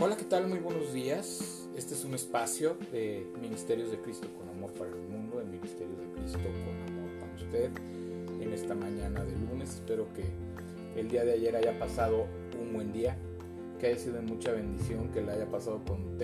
Hola, ¿qué tal? Muy buenos días. Este es un espacio de Ministerios de Cristo con Amor para el Mundo, de Ministerios de Cristo con Amor para usted. En esta mañana de lunes, espero que el día de ayer haya pasado un buen día, que haya sido de mucha bendición, que la haya pasado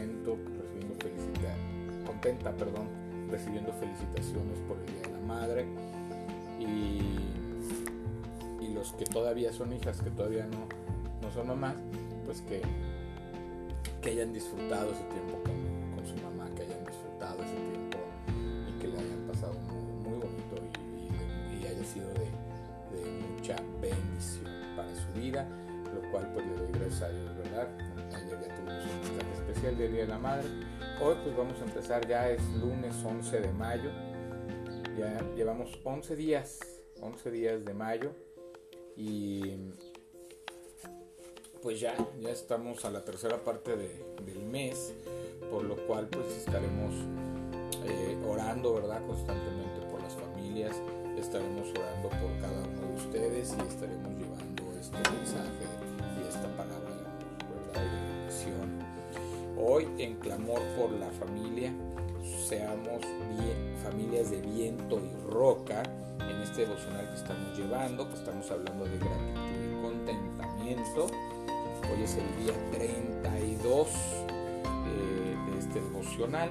recibiendo felicitaciones por el Día de la Madre. Y los que todavía son hijas, que todavía no son mamás, pues que hayan disfrutado ese tiempo con su mamá, que hayan disfrutado ese tiempo y que le hayan pasado muy, muy bonito y haya sido de mucha bendición para su vida, lo cual pues le doy gracias a Dios, ¿verdad? Ayer ya tuvimos un mensaje especial del Día de la Madre. Hoy pues vamos a empezar, ya es lunes 11 de mayo, ya llevamos 11 días de mayo y pues ya estamos a la tercera parte del mes, por lo cual pues estaremos orando, ¿verdad? Constantemente por las familias, estaremos orando por cada uno de ustedes y estaremos llevando este mensaje y esta palabra de amor, ¿verdad? Y de bendición. Hoy, en clamor por la familia, seamos familias de viento y roca, en este devocional que estamos llevando, que estamos hablando de gratitud y contentamiento. Hoy es el día 32 de este devocional.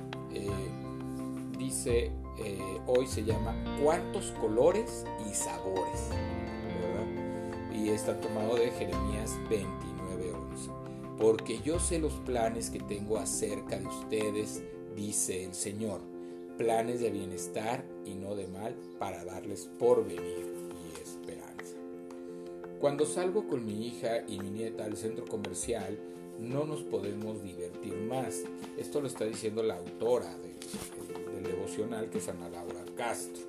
Hoy se llama ¿Cuántos colores y sabores? ¿Verdad? Y está tomado de Jeremías 29:11. Porque yo sé los planes que tengo acerca de ustedes, dice el Señor, planes de bienestar y no de mal, para darles porvenir y esperanza. Cuando salgo con mi hija y mi nieta al centro comercial, no nos podemos divertir más. Esto lo está diciendo la autora del devocional, que es Ana Laura Castro.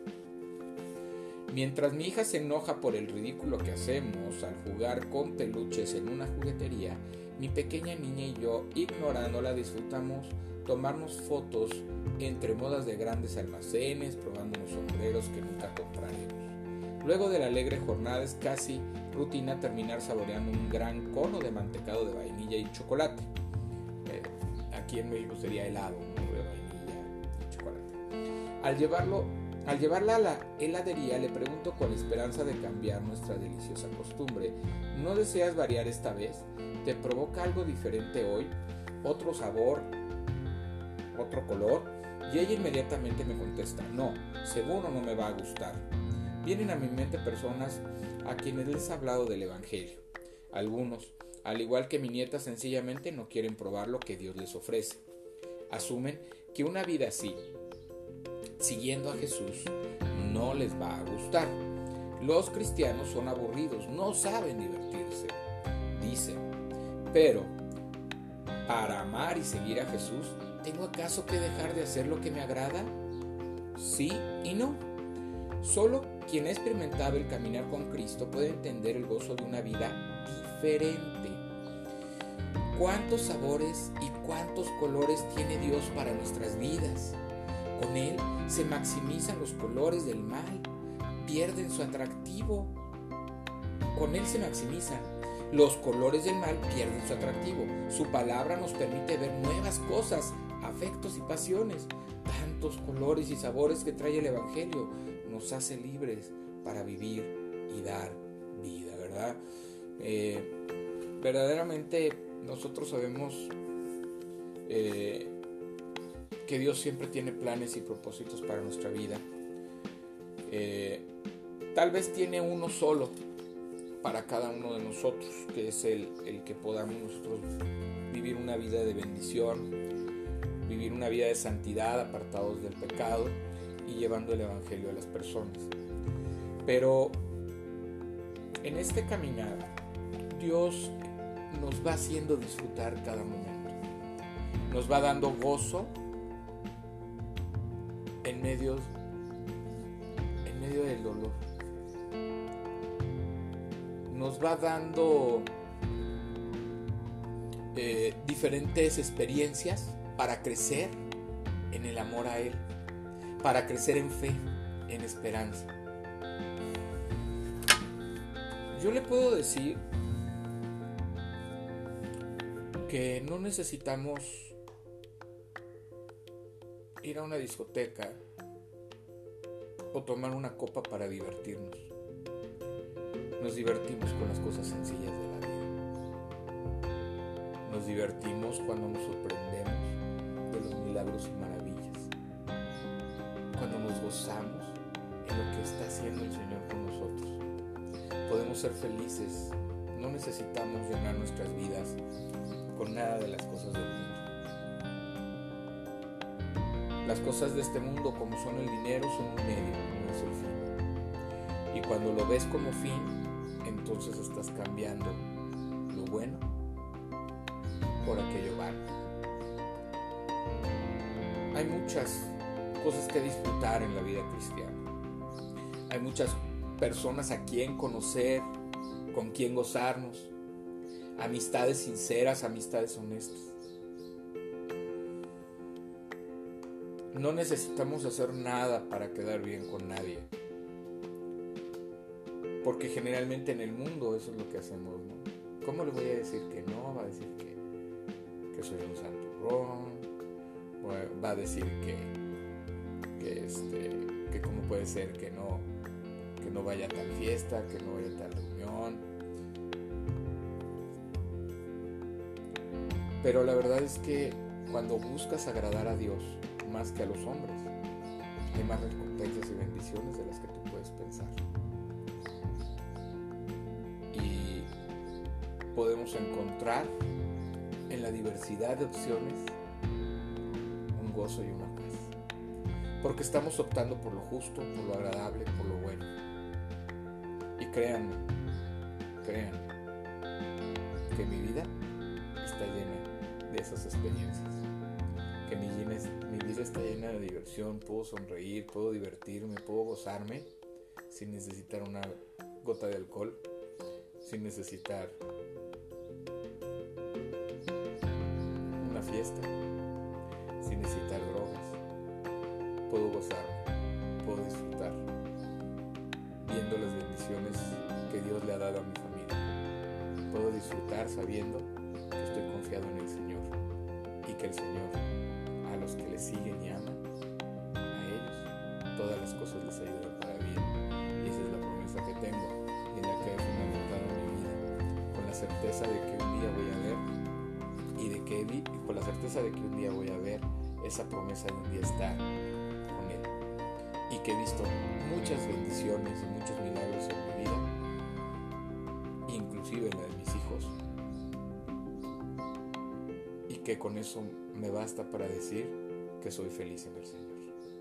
Mientras mi hija se enoja por el ridículo que hacemos al jugar con peluches en una juguetería, mi pequeña niña y yo, ignorándola, disfrutamos tomarnos fotos entre modas de grandes almacenes, probando unos sombreros que nunca compraremos. Luego de la alegre jornada es casi rutina terminar saboreando un gran cono de mantecado de vainilla y chocolate. Aquí en México sería helado, ¿no? De vainilla y chocolate. Al llevarla a la heladería, le pregunto con la esperanza de cambiar nuestra deliciosa costumbre: ¿no deseas variar esta vez? ¿Te provoca algo diferente hoy? ¿Otro sabor? ¿Otro color? Y ella inmediatamente me contesta: no, seguro no me va a gustar. Vienen a mi mente personas a quienes les he hablado del Evangelio. Algunos, al igual que mi nieta, sencillamente no quieren probar lo que Dios les ofrece. Asumen que una vida así, siguiendo a Jesús, no les va a gustar. Los cristianos son aburridos, no saben divertirse, dicen. Pero, para amar y seguir a Jesús, ¿tengo acaso que dejar de hacer lo que me agrada? Sí y no. Solo quien ha experimentado el caminar con Cristo puede entender el gozo de una vida diferente. ¿Cuántos sabores y cuántos colores tiene Dios para nuestras vidas? Con Él se maximizan los colores del mal, pierden su atractivo. Con Él se maximizan. Los colores del mal pierden su atractivo. Su palabra nos permite ver nuevas cosas, afectos y pasiones. Tantos colores y sabores que trae el Evangelio nos hace libres para vivir y dar vida, ¿verdad? Verdaderamente nosotros sabemos que Dios siempre tiene planes y propósitos para nuestra vida. Tal vez tiene uno solo para cada uno de nosotros, que es el que podamos nosotros vivir una vida de bendición, vivir una vida de santidad, apartados del pecado y llevando el Evangelio a las personas. Pero en este caminar, Dios nos va haciendo disfrutar cada momento. Nos va dando gozo en medio del dolor. Nos va dando diferentes experiencias para crecer en el amor a Él, para crecer en fe, en esperanza. Yo le puedo decir que no necesitamos ir a una discoteca o tomar una copa para divertirnos. Nos divertimos con las cosas sencillas de la vida. Nos divertimos cuando nos sorprendemos de los milagros y maravillas. Cuando nos gozamos en lo que está haciendo el Señor con nosotros. Podemos ser felices. No necesitamos llenar nuestras vidas con nada de las cosas del mundo. Las cosas de este mundo, como son el dinero, son un medio, no es el fin. Y cuando lo ves como fin, entonces estás cambiando lo bueno por aquello vano. Hay muchas cosas que disfrutar en la vida cristiana. Hay muchas personas a quien conocer, con quien gozarnos, amistades sinceras, amistades honestas. No necesitamos hacer nada para quedar bien con nadie, porque generalmente en el mundo eso es lo que hacemos, ¿no? ¿Cómo le voy a decir que no? Va a decir que soy un santurrón, va a decir que cómo puede ser que no vaya a tal fiesta, que no vaya a tal reunión. Pero la verdad es que cuando buscas agradar a Dios más que a los hombres, hay más recompensas y bendiciones de las que tú puedes pensar. Y podemos encontrar en la diversidad de opciones un gozo y una paz. Porque estamos optando por lo justo, por lo agradable, por lo bueno. Y créanme, que mi vida está llena de esas experiencias. Que mi vida está llena de diversión, puedo sonreír, puedo divertirme, puedo gozarme sin necesitar una gota de alcohol, sin necesitar una fiesta, sin necesitar drogas. Puedo gozarme, puedo disfrutar, viendo las bendiciones que Dios le ha dado a mi familia. Puedo disfrutar sabiendo que estoy confiado en el Señor y que el Señor, a los que le siguen y aman, a ellos todas las cosas les ayudan para bien. Y esa es la promesa que tengo y en la que he fundamentado mi vida, con la certeza de que un día voy a ver y con la certeza de que un día voy a ver esa promesa de un día estar con Él, y que he visto muchas bendiciones y muchos milagros en mi vida, inclusive en la de mis hijos, y que con eso me basta para decir que soy feliz en el Señor.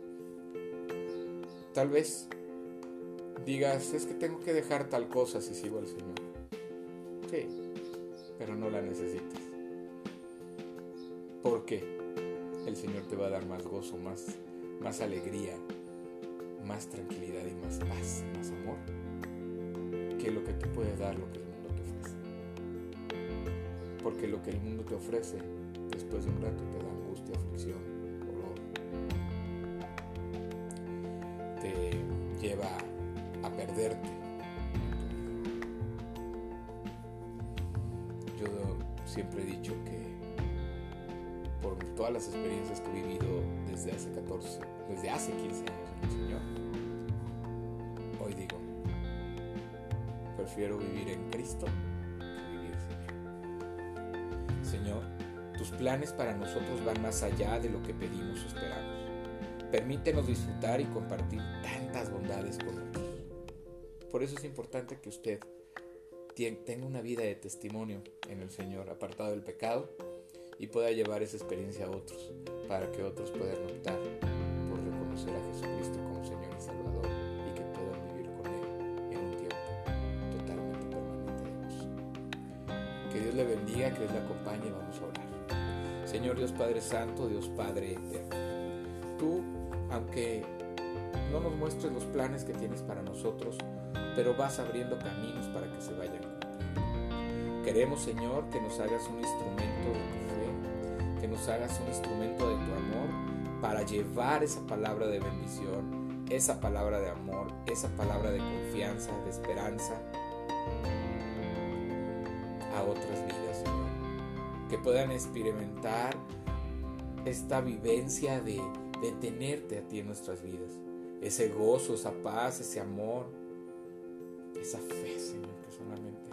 Tal vez digas, es que tengo que dejar tal cosa si sigo al Señor. Sí, pero no la necesitas, porque el Señor te va a dar más gozo, más alegría, más tranquilidad y más paz, más amor, que lo que te puede dar lo que el mundo te ofrece. Porque lo que el mundo te ofrece, después de un rato te da angustia, aflicción, dolor. Te lleva a perderte en tu vida. Yo siempre he dicho que por todas las experiencias que he vivido desde hace 15 años en el Señor, hoy digo, prefiero vivir en Cristo que vivir sin Él. Señor, tus planes para nosotros van más allá de lo que pedimos o esperamos. Permítenos disfrutar y compartir tantas bondades con otros. Por eso es importante que usted tenga una vida de testimonio en el Señor, apartado del pecado, y pueda llevar esa experiencia a otros, para que otros puedan optar por reconocer a Jesucristo como Señor y Salvador, y que puedan vivir con Él en un tiempo totalmente permanente de gozo. Que Dios le bendiga, que Dios le acompañe y vamos a orar. Señor Dios Padre Santo, Dios Padre Eterno, tú, aunque no nos muestres los planes que tienes para nosotros, pero vas abriendo caminos para que se vayan cumpliendo. Queremos, Señor, que nos hagas un instrumento de tu fe, que nos hagas un instrumento de tu amor, para llevar esa palabra de bendición, esa palabra de amor, esa palabra de confianza, de esperanza a otras vidas, Señor. que puedan experimentar esta vivencia de tenerte a ti en nuestras vidas. Ese gozo, esa paz, ese amor, esa fe, Señor, que solamente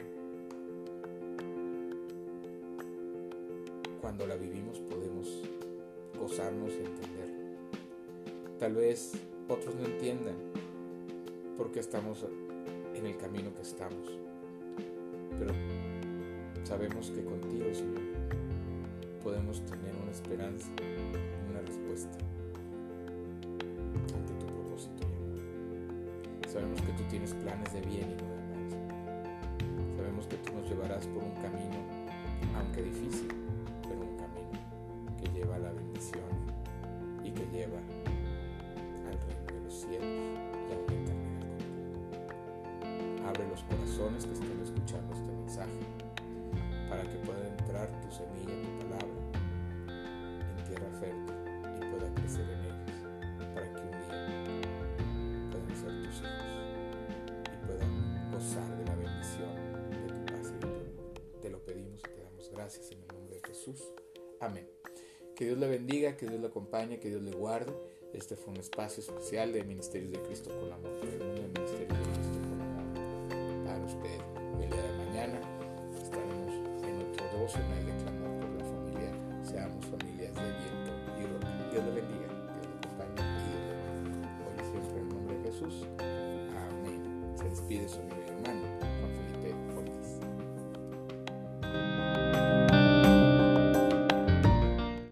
cuando la vivimos podemos gozarnos y entender. Tal vez otros no entiendan por qué estamos en el camino que estamos, pero sabemos que contigo, Señor, podemos tener una esperanza, una respuesta ante tu propósito y amor. Sabemos que tú tienes planes de bien y no de mal. Sabemos que tú nos llevarás por un camino, aunque difícil, pero un camino que lleva a la bendición y que lleva al reino de los cielos y a una eternidad contigo. Abre los corazones que estén escuchando este mensaje para que pueda entrar tu semilla, tu palabra, en tierra fértil y pueda crecer en ellos, para que un día puedan ser tus hijos y puedan gozar de la bendición de tu paz y de tu amor. Te lo pedimos y te damos gracias en el nombre de Jesús. Amén. Que Dios le bendiga, que Dios le acompañe, que Dios le guarde. Este fue un espacio especial de Ministerios de Cristo con Amor, para el mundo de Ministerios de Cristo con Amor para usted. El día de mañana estaremos en otro devocional de clamor por la familia. Seamos familias de viento y roca. Dios le bendiga, Dios le acompañe y Dios le guarde. Hoy y siempre en el nombre de Jesús. Amén. Se despide su